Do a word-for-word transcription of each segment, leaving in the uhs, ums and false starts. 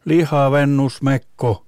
Lihavennusmekko.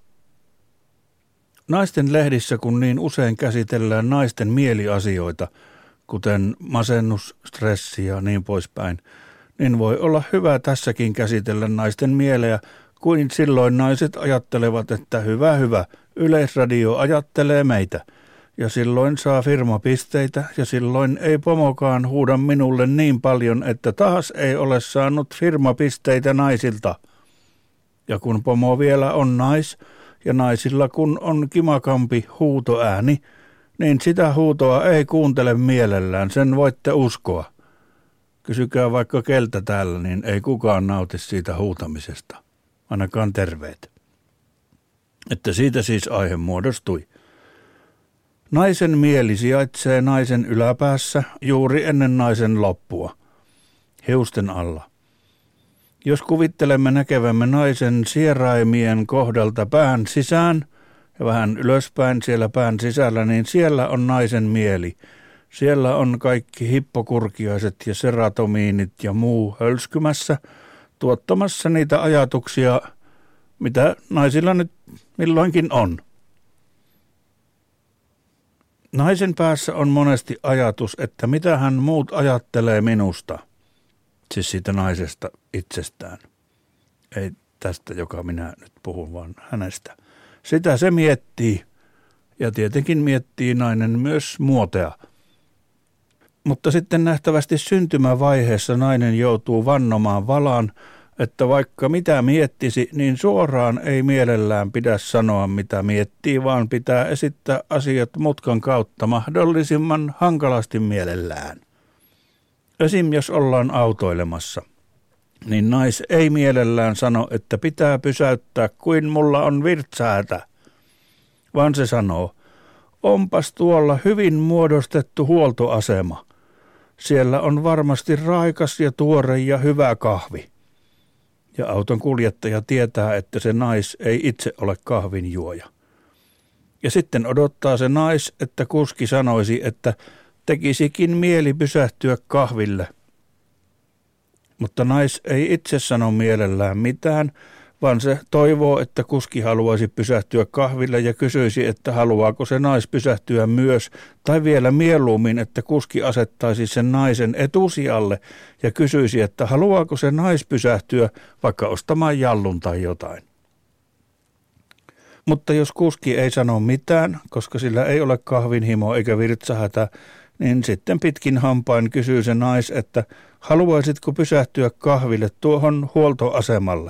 Naisten lehdissä, kun niin usein käsitellään naisten mieliasioita, kuten masennus, stressi ja niin poispäin, niin voi olla hyvä tässäkin käsitellä naisten mieleä, kuin silloin naiset ajattelevat, että hyvä hyvä, Yleisradio ajattelee meitä. Ja silloin saa firmapisteitä ja silloin ei pomokaan huuda minulle niin paljon, että taas ei ole saanut firmapisteitä naisilta. Ja kun pomo vielä on nais ja naisilla kun on kimakampi huutoääni, niin sitä huutoa ei kuuntele mielellään, sen voitte uskoa. Kysykää vaikka keltä täällä, niin ei kukaan nauti siitä huutamisesta, ainakaan terveet. Että siitä siis aihe muodostui. Naisen mieli sijaitsee naisen yläpäässä juuri ennen naisen loppua, hiusten alla. Jos kuvittelemme näkevämme naisen sieraimien kohdalta pään sisään ja vähän ylöspäin siellä pään sisällä, niin siellä on naisen mieli. Siellä on kaikki hippokurkiaiset ja seratomiinit ja muu hölskymässä, tuottamassa niitä ajatuksia, mitä naisilla nyt milloinkin on. Naisen päässä on monesti ajatus, että mitä hän muut ajattelee minusta, siis siitä naisesta itsestään. Ei tästä, joka minä nyt puhun, vaan hänestä. Sitä se miettii, ja tietenkin miettii nainen myös muotea. Mutta sitten nähtävästi syntymävaiheessa nainen joutuu vannomaan valaan, että vaikka mitä miettisi, niin suoraan ei mielellään pidä sanoa mitä miettii, vaan pitää esittää asiat mutkan kautta mahdollisimman hankalasti mielellään. Esim. Jos ollaan autoilemassa, niin nais ei mielellään sano, että pitää pysäyttää kuin mulla on virtsäätä, vaan se sanoo, onpas tuolla hyvin muodostettu huoltoasema. Siellä on varmasti raikas ja tuore ja hyvä kahvi. Ja auton kuljettaja tietää, että se nais ei itse ole kahvinjuoja. Ja sitten odottaa se nais, että kuski sanoisi, että tekisikin mieli pysähtyä kahville. Mutta nais ei itse sano mielellään mitään, vaan se toivoo, että kuski haluaisi pysähtyä kahville ja kysyisi, että haluaako se nais pysähtyä myös, tai vielä mieluummin, että kuski asettaisi sen naisen etusijalle ja kysyisi, että haluaako se nais pysähtyä vaikka ostamaan jallun tai jotain. Mutta jos kuski ei sano mitään, koska sillä ei ole kahvinhimo eikä virtsahätä, niin sitten pitkin hampain kysyy se nais, että haluaisitko pysähtyä kahville tuohon huoltoasemalle.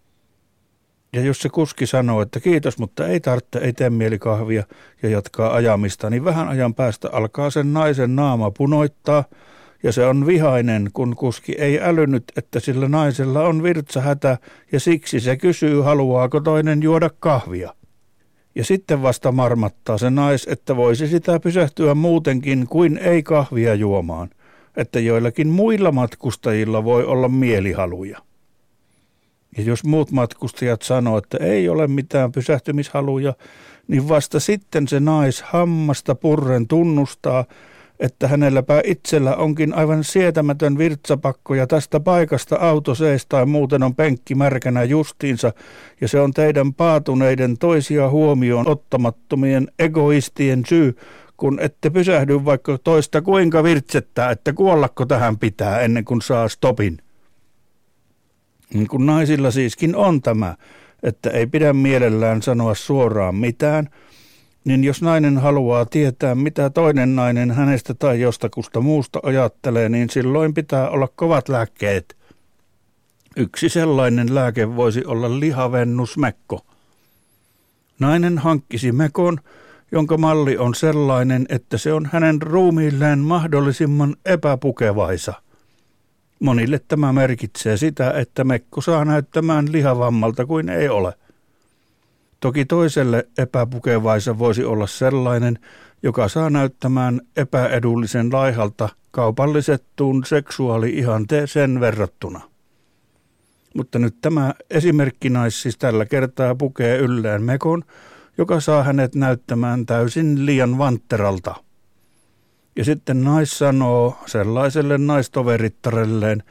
Ja jos se kuski sanoo, että kiitos, mutta ei tarvitse, ei tee mieli kahvia ja jatkaa ajamista, niin vähän ajan päästä alkaa sen naisen naama punoittaa ja se on vihainen, kun kuski ei älynyt, että sillä naisella on virtsahätä ja siksi se kysyy, haluaako toinen juoda kahvia. Ja sitten vasta marmattaa se nais, että voisi sitä pysähtyä muutenkin kuin ei kahvia juomaan, että joillakin muilla matkustajilla voi olla mielihaluja. Ja jos muut matkustajat sanoo, että ei ole mitään pysähtymishaluja, niin vasta sitten se nais hammasta purren tunnustaa, että hänelläpä itsellä onkin aivan sietämätön virtsapakko ja tästä paikasta auto seis tai muuten on penkki märkänä justiinsa ja se on teidän paatuneiden toisia huomioon ottamattomien egoistien syy, kun ette pysähdy vaikka toista kuinka virtsettää, että kuollako tähän pitää ennen kuin saa stopin. Niin kun naisilla siiskin on tämä, että ei pidä mielellään sanoa suoraan mitään, niin jos nainen haluaa tietää, mitä toinen nainen hänestä tai jostakusta muusta ajattelee, niin silloin pitää olla kovat lääkkeet. Yksi sellainen lääke voisi olla lihavennusmekko. Nainen hankkisi mekon, jonka malli on sellainen, että se on hänen ruumiilleen mahdollisimman epäpukevaisa. Monille tämä merkitsee sitä, että mekko saa näyttämään lihavammalta kuin ei ole. Toki toiselle epäpukevaisa voisi olla sellainen, joka saa näyttämään epäedullisen laihalta kaupallisettuun seksuaali-ihanteeseen verrattuna. Mutta nyt tämä esimerkkinais siis tällä kertaa pukee ylleen mekon, joka saa hänet näyttämään täysin liian vantteralta. Ja sitten nais sanoo sellaiselle naistoverittarelleen,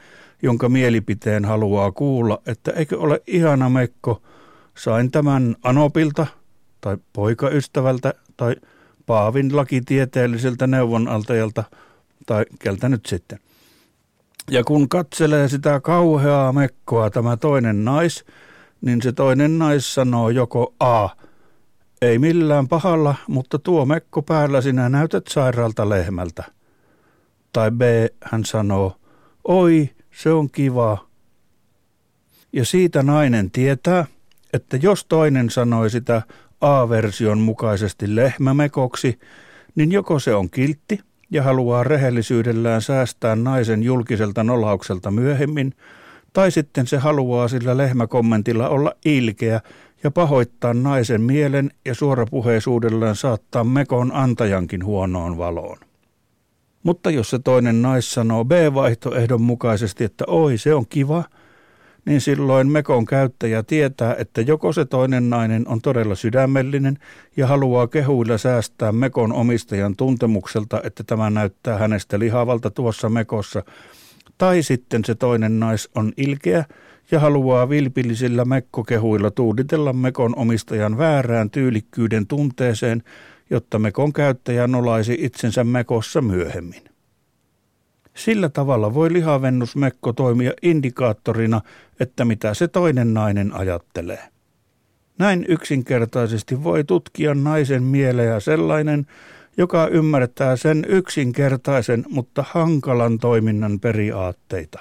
jonka mielipiteen haluaa kuulla, että eikö ole ihana mekko, sain tämän Anopilta tai poikaystävältä tai Paavin lakitieteelliseltä neuvonantajalta tai keltä nyt sitten. Ja kun katselee sitä kauheaa mekkoa tämä toinen nais, niin se toinen nais sanoo joko A, ei millään pahalla, mutta tuo mekko päällä sinä näytät sairaalta lehmältä. Tai B, hän sanoo, oi, se on kiva. Ja siitä nainen tietää, että jos toinen sanoi sitä A-version mukaisesti lehmämekoksi, niin joko se on kiltti ja haluaa rehellisyydellään säästää naisen julkiselta nolaukselta myöhemmin, tai sitten se haluaa sillä lehmäkommentilla olla ilkeä ja pahoittaa naisen mielen ja suorapuheisuudellaan saattaa mekon antajankin huonoon valoon. Mutta jos se toinen nais sanoo B-vaihtoehdon mukaisesti, että oi se on kiva, niin silloin mekon käyttäjä tietää, että joko se toinen nainen on todella sydämellinen ja haluaa kehuilla säästää mekon omistajan tuntemukselta, että tämä näyttää hänestä lihavalta tuossa mekossa, tai sitten se toinen nais on ilkeä ja haluaa vilpillisillä mekkokehuilla tuuditella mekon omistajan väärään tyylikkyyden tunteeseen, jotta mekon käyttäjä nolaisi itsensä mekossa myöhemmin. Sillä tavalla voi lihavennusmekko toimia indikaattorina, että mitä se toinen nainen ajattelee. Näin yksinkertaisesti voi tutkia naisen mieleä sellainen, joka ymmärtää sen yksinkertaisen, mutta hankalan toiminnan periaatteita.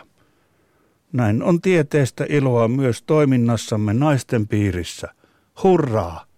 Näin on tieteestä iloa myös toiminnassamme naisten piirissä. Hurraa!